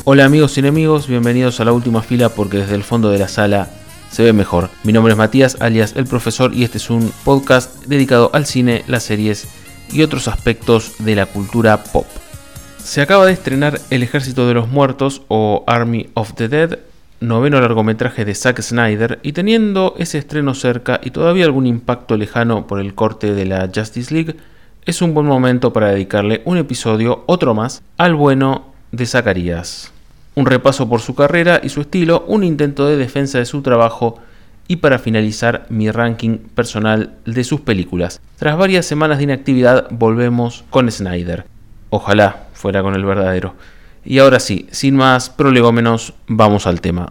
Hola amigos y enemigos, bienvenidos a la última fila porque desde el fondo de la sala se ve mejor. Mi nombre es Matías, alias El Profesor, y este es un podcast dedicado al cine, las series y otros aspectos de la cultura pop. Se acaba de estrenar El Ejército de los Muertos o Army of the Dead, noveno largometraje de Zack Snyder, y teniendo ese estreno cerca y todavía algún impacto lejano por el corte de la Justice League, es un buen momento para dedicarle un episodio, otro más, al bueno de Zacarías. Un repaso por su carrera y su estilo, un intento de defensa de su trabajo y para finalizar mi ranking personal de sus películas. Tras varias semanas de inactividad volvemos con Snyder. Ojalá fuera con el verdadero. Y ahora sí, sin más prolegómenos, vamos al tema.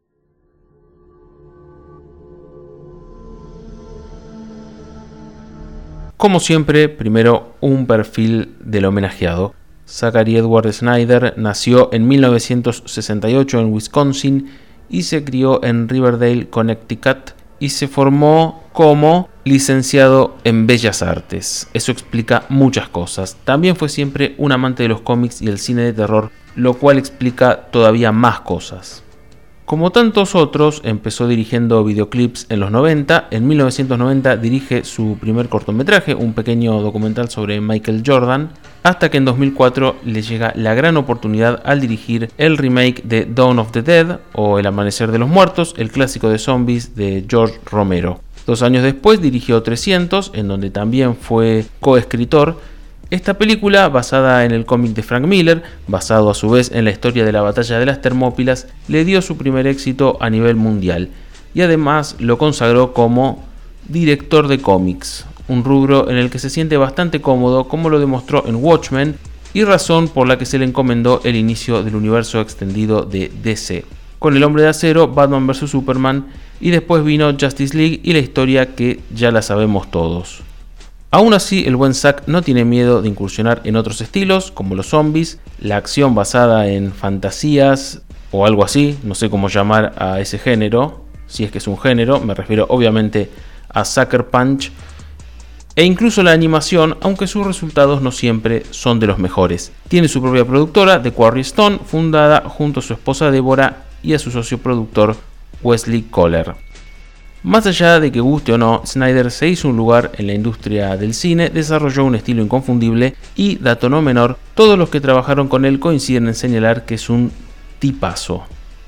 Como siempre, primero un perfil del homenajeado. Zachary Edward Snyder nació en 1968 en Wisconsin y se crió en Riverdale, Connecticut, y se formó como licenciado en Bellas Artes. Eso explica muchas cosas. También fue siempre un amante de los cómics y el cine de terror, lo cual explica todavía más cosas. Como tantos otros, empezó dirigiendo videoclips en los 90. En 1990 dirige su primer cortometraje, un pequeño documental sobre Michael Jordan, hasta que en 2004 le llega la gran oportunidad al dirigir el remake de Dawn of the Dead, o El Amanecer de los Muertos, el clásico de zombies de George Romero. 2 años después dirigió 300, en donde también fue coescritor. Esta película, basada en el cómic de Frank Miller, basado a su vez en la historia de la batalla de las Termópilas, le dio su primer éxito a nivel mundial y además lo consagró como director de cómics, un rubro en el que se siente bastante cómodo, como lo demostró en Watchmen, y razón por la que se le encomendó el inicio del universo extendido de DC, con El Hombre de Acero, Batman vs Superman, y después vino Justice League y la historia que ya la sabemos todos. Aún así, el buen Zack no tiene miedo de incursionar en otros estilos, como los zombies, la acción basada en fantasías o algo así, no sé cómo llamar a ese género, si es que es un género, me refiero obviamente a Sucker Punch, e incluso la animación, aunque sus resultados no siempre son de los mejores. Tiene su propia productora, The Quarry Stone, fundada junto a su esposa Deborah y a su socio productor Wesley Kohler. Más allá de que guste o no, Snyder se hizo un lugar en la industria del cine, desarrolló un estilo inconfundible y, dato no menor, todos los que trabajaron con él coinciden en señalar que es un tipazo.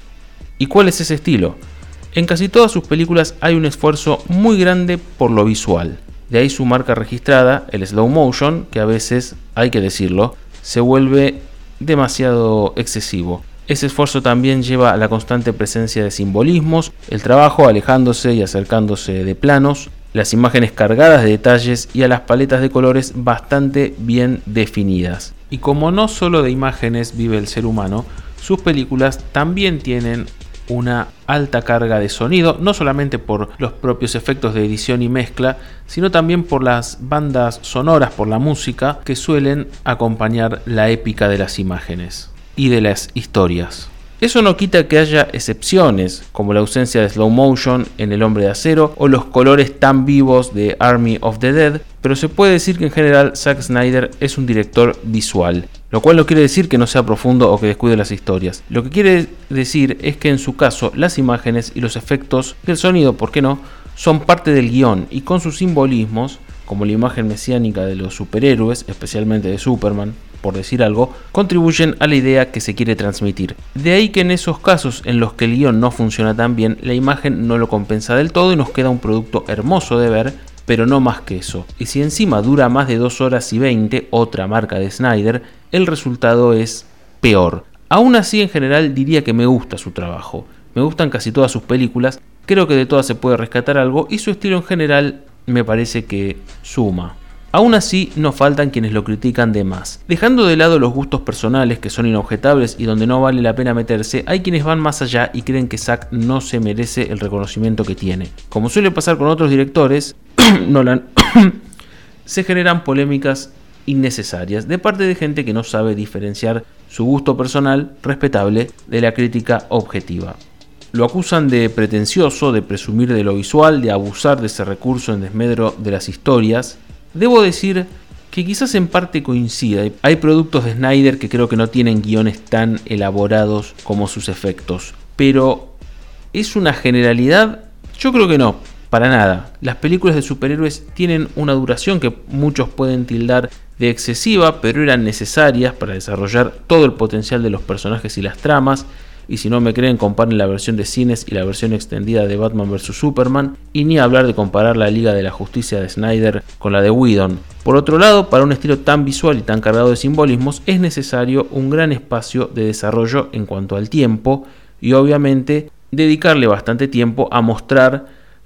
¿Y cuál es ese estilo? En casi todas sus películas hay un esfuerzo muy grande por lo visual. De ahí su marca registrada, el slow motion, que a veces, hay que decirlo, se vuelve demasiado excesivo. Ese esfuerzo también lleva a la constante presencia de simbolismos, el trabajo alejándose y acercándose de planos, las imágenes cargadas de detalles y a las paletas de colores bastante bien definidas. Y como no solo de imágenes vive el ser humano, sus películas también tienen una alta carga de sonido, no solamente por los propios efectos de edición y mezcla, sino también por las bandas sonoras, por la música que suelen acompañar la épica de las imágenes y de las historias. Eso no quita que haya excepciones, como la ausencia de slow motion en El Hombre de Acero o los colores tan vivos de Army of the Dead, pero se puede decir que en general Zack Snyder es un director visual, lo cual no quiere decir que no sea profundo o que descuide las historias. Lo que quiere decir es que en su caso las imágenes y los efectos y el sonido, ¿por qué no?, son parte del guión y con sus simbolismos, como la imagen mesiánica de los superhéroes, especialmente de Superman, por decir algo, contribuyen a la idea que se quiere transmitir. De ahí que en esos casos en los que el guión no funciona tan bien, la imagen no lo compensa del todo y nos queda un producto hermoso de ver, pero no más que eso. Y si encima dura más de 2 horas y 20, otra marca de Snyder, el resultado es peor. Aún así, en general diría que me gusta su trabajo. Me gustan casi todas sus películas, creo que de todas se puede rescatar algo y su estilo en general me parece que suma. Aún así, no faltan quienes lo critican de más. Dejando de lado los gustos personales que son inobjetables y donde no vale la pena meterse, hay quienes van más allá y creen que Zack no se merece el reconocimiento que tiene. Como suele pasar con otros directores, Nolan, se generan polémicas innecesarias de parte de gente que no sabe diferenciar su gusto personal, respetable, de la crítica objetiva. Lo acusan de pretencioso, de presumir de lo visual, de abusar de ese recurso en desmedro de las historias. Debo decir que quizás en parte coincida. Hay productos de Snyder que creo que no tienen guiones tan elaborados como sus efectos, pero ¿es una generalidad? Yo creo que no, para nada. Las películas de superhéroes tienen una duración que muchos pueden tildar de excesiva, pero eran necesarias para desarrollar todo el potencial de los personajes y las tramas. Y si no me creen, comparen la versión de cines y la versión extendida de Batman vs Superman, y ni hablar de comparar la Liga de la Justicia de Snyder con la de Whedon. Por otro lado, para un estilo tan visual y tan cargado de simbolismos, es necesario un gran espacio de desarrollo en cuanto al tiempo, y obviamente dedicarle bastante tiempo a mostrar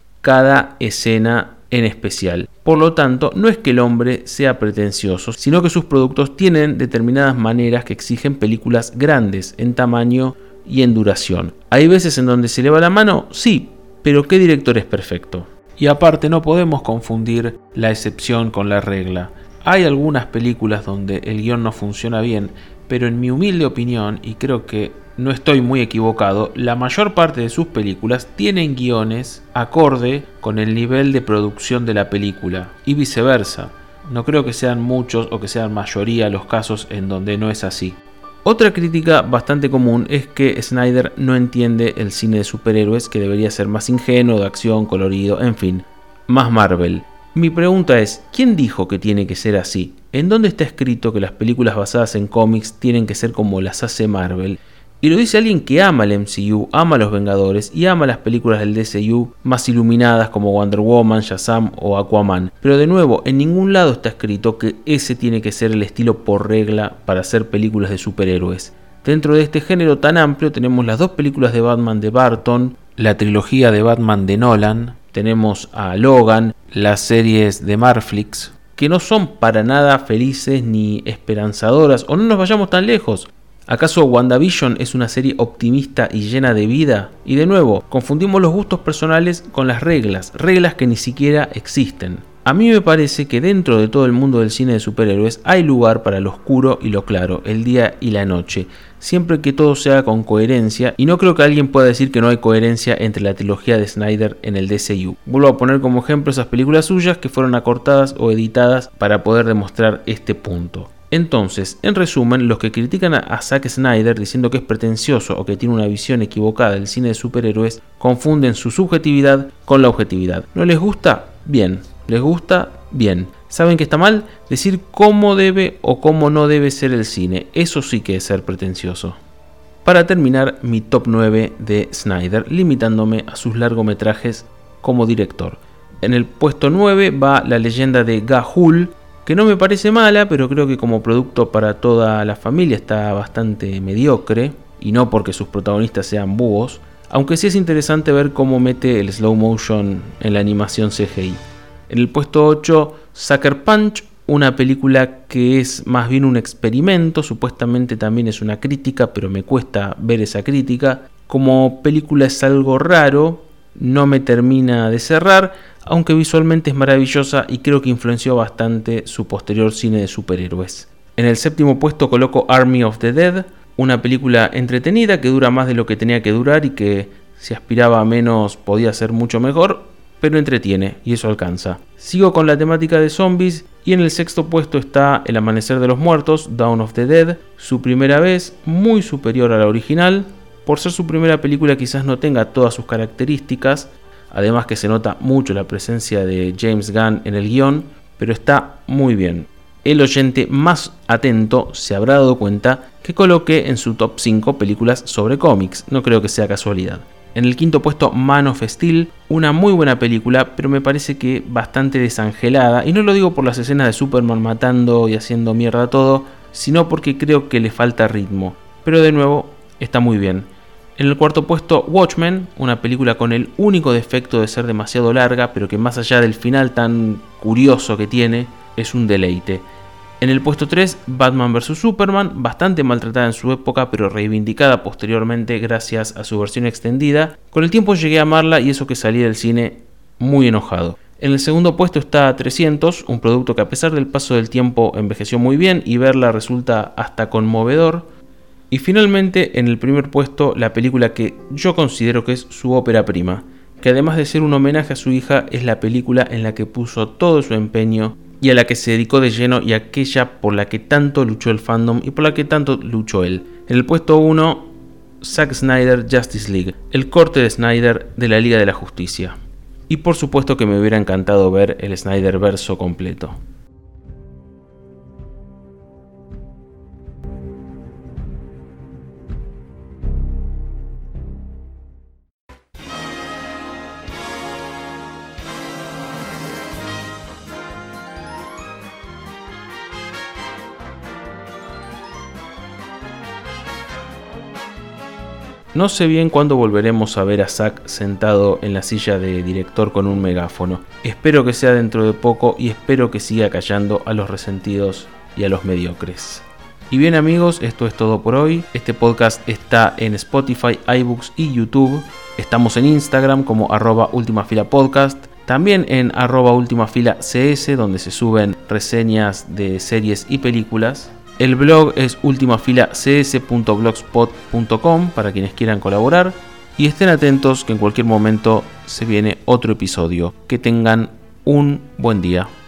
cada escena en especial. Por lo tanto, no es que el hombre sea pretencioso, sino que sus productos tienen determinadas maneras que exigen películas grandes en tamaño y en duración. ¿Hay veces en donde se le va la mano? Sí, pero ¿qué director es perfecto? Y aparte no podemos confundir la excepción con la regla. Hay algunas películas donde el guión no funciona bien, pero en mi humilde opinión, y creo que no estoy muy equivocado, la mayor parte de sus películas tienen guiones acorde con el nivel de producción de la película, y viceversa. No creo que sean muchos o que sean mayoría los casos en donde no es así. Otra crítica bastante común es que Snyder no entiende el cine de superhéroes, que debería ser más ingenuo, de acción, colorido, en fin, más Marvel. Mi pregunta es, ¿quién dijo que tiene que ser así? ¿En dónde está escrito que las películas basadas en cómics tienen que ser como las hace Marvel? Y lo dice alguien que ama el MCU, ama a los Vengadores y ama las películas del DCU más iluminadas como Wonder Woman, Shazam o Aquaman. Pero de nuevo, en ningún lado está escrito que ese tiene que ser el estilo por regla para hacer películas de superhéroes. Dentro de este género tan amplio tenemos las dos películas de Batman de Burton, la trilogía de Batman de Nolan, tenemos a Logan, las series de Marflix, que no son para nada felices ni esperanzadoras, o no nos vayamos tan lejos. ¿Acaso WandaVision es una serie optimista y llena de vida? Y de nuevo, confundimos los gustos personales con las reglas que ni siquiera existen. A mí me parece que dentro de todo el mundo del cine de superhéroes hay lugar para lo oscuro y lo claro, el día y la noche, siempre que todo se haga con coherencia, y no creo que alguien pueda decir que no hay coherencia entre la trilogía de Snyder en el DCU. Vuelvo a poner como ejemplo esas películas suyas que fueron acortadas o editadas para poder demostrar este punto. Entonces, en resumen, los que critican a Zack Snyder diciendo que es pretencioso o que tiene una visión equivocada del cine de superhéroes, confunden su subjetividad con la objetividad. ¿No les gusta? Bien. ¿Les gusta? Bien. ¿Saben que está mal? Decir cómo debe o cómo no debe ser el cine. Eso sí que es ser pretencioso. Para terminar, mi top 9 de Snyder, limitándome a sus largometrajes como director. En el puesto 9 va La leyenda de Ga'Hoole, que no me parece mala, pero creo que como producto para toda la familia está bastante mediocre, y no porque sus protagonistas sean búhos, aunque sí es interesante ver cómo mete el slow motion en la animación CGI. En el puesto 8, Sucker Punch, una película que es más bien un experimento, supuestamente también es una crítica, pero me cuesta ver esa crítica. Como película es algo raro, no me termina de cerrar, aunque visualmente es maravillosa y creo que influenció bastante su posterior cine de superhéroes. En el séptimo puesto coloco Army of the Dead, una película entretenida que dura más de lo que tenía que durar y que si aspiraba a menos podía ser mucho mejor, pero entretiene y eso alcanza. Sigo con la temática de zombies y en el sexto puesto está El Amanecer de los Muertos, Dawn of the Dead, su primera vez, muy superior a la original. Por ser su primera película quizás no tenga todas sus características, además que se nota mucho la presencia de James Gunn en el guión, pero está muy bien. El oyente más atento se habrá dado cuenta que coloqué en su top 5 películas sobre cómics, no creo que sea casualidad. En el quinto puesto, Man of Steel, una muy buena película, pero me parece que bastante desangelada, y no lo digo por las escenas de Superman matando y haciendo mierda todo, sino porque creo que le falta ritmo, pero de nuevo está muy bien. En el cuarto puesto, Watchmen, una película con el único defecto de ser demasiado larga, pero que más allá del final tan curioso que tiene, es un deleite. En el puesto 3, Batman vs Superman, bastante maltratada en su época, pero reivindicada posteriormente gracias a su versión extendida. Con el tiempo llegué a amarla y eso que salí del cine muy enojado. En el segundo puesto está 300, un producto que a pesar del paso del tiempo envejeció muy bien y verla resulta hasta conmovedor. Y finalmente, en el primer puesto, la película que yo considero que es su ópera prima, que además de ser un homenaje a su hija, es la película en la que puso todo su empeño y a la que se dedicó de lleno y aquella por la que tanto luchó el fandom y por la que tanto luchó él. En el puesto 1, Zack Snyder Justice League, el corte de Snyder de la Liga de la Justicia. Y por supuesto que me hubiera encantado ver el Snyderverso completo. No sé bien cuándo volveremos a ver a Zack sentado en la silla de director con un megáfono. Espero que sea dentro de poco y espero que siga callando a los resentidos y a los mediocres. Y bien amigos, esto es todo por hoy. Este podcast está en Spotify, iBooks y YouTube. Estamos en Instagram como @ultimafilapodcast. También en @ultimafilacs, donde se suben reseñas de series y películas. El blog es ultimafilacs.blogspot.com para quienes quieran colaborar. Y estén atentos que en cualquier momento se viene otro episodio. Que tengan un buen día.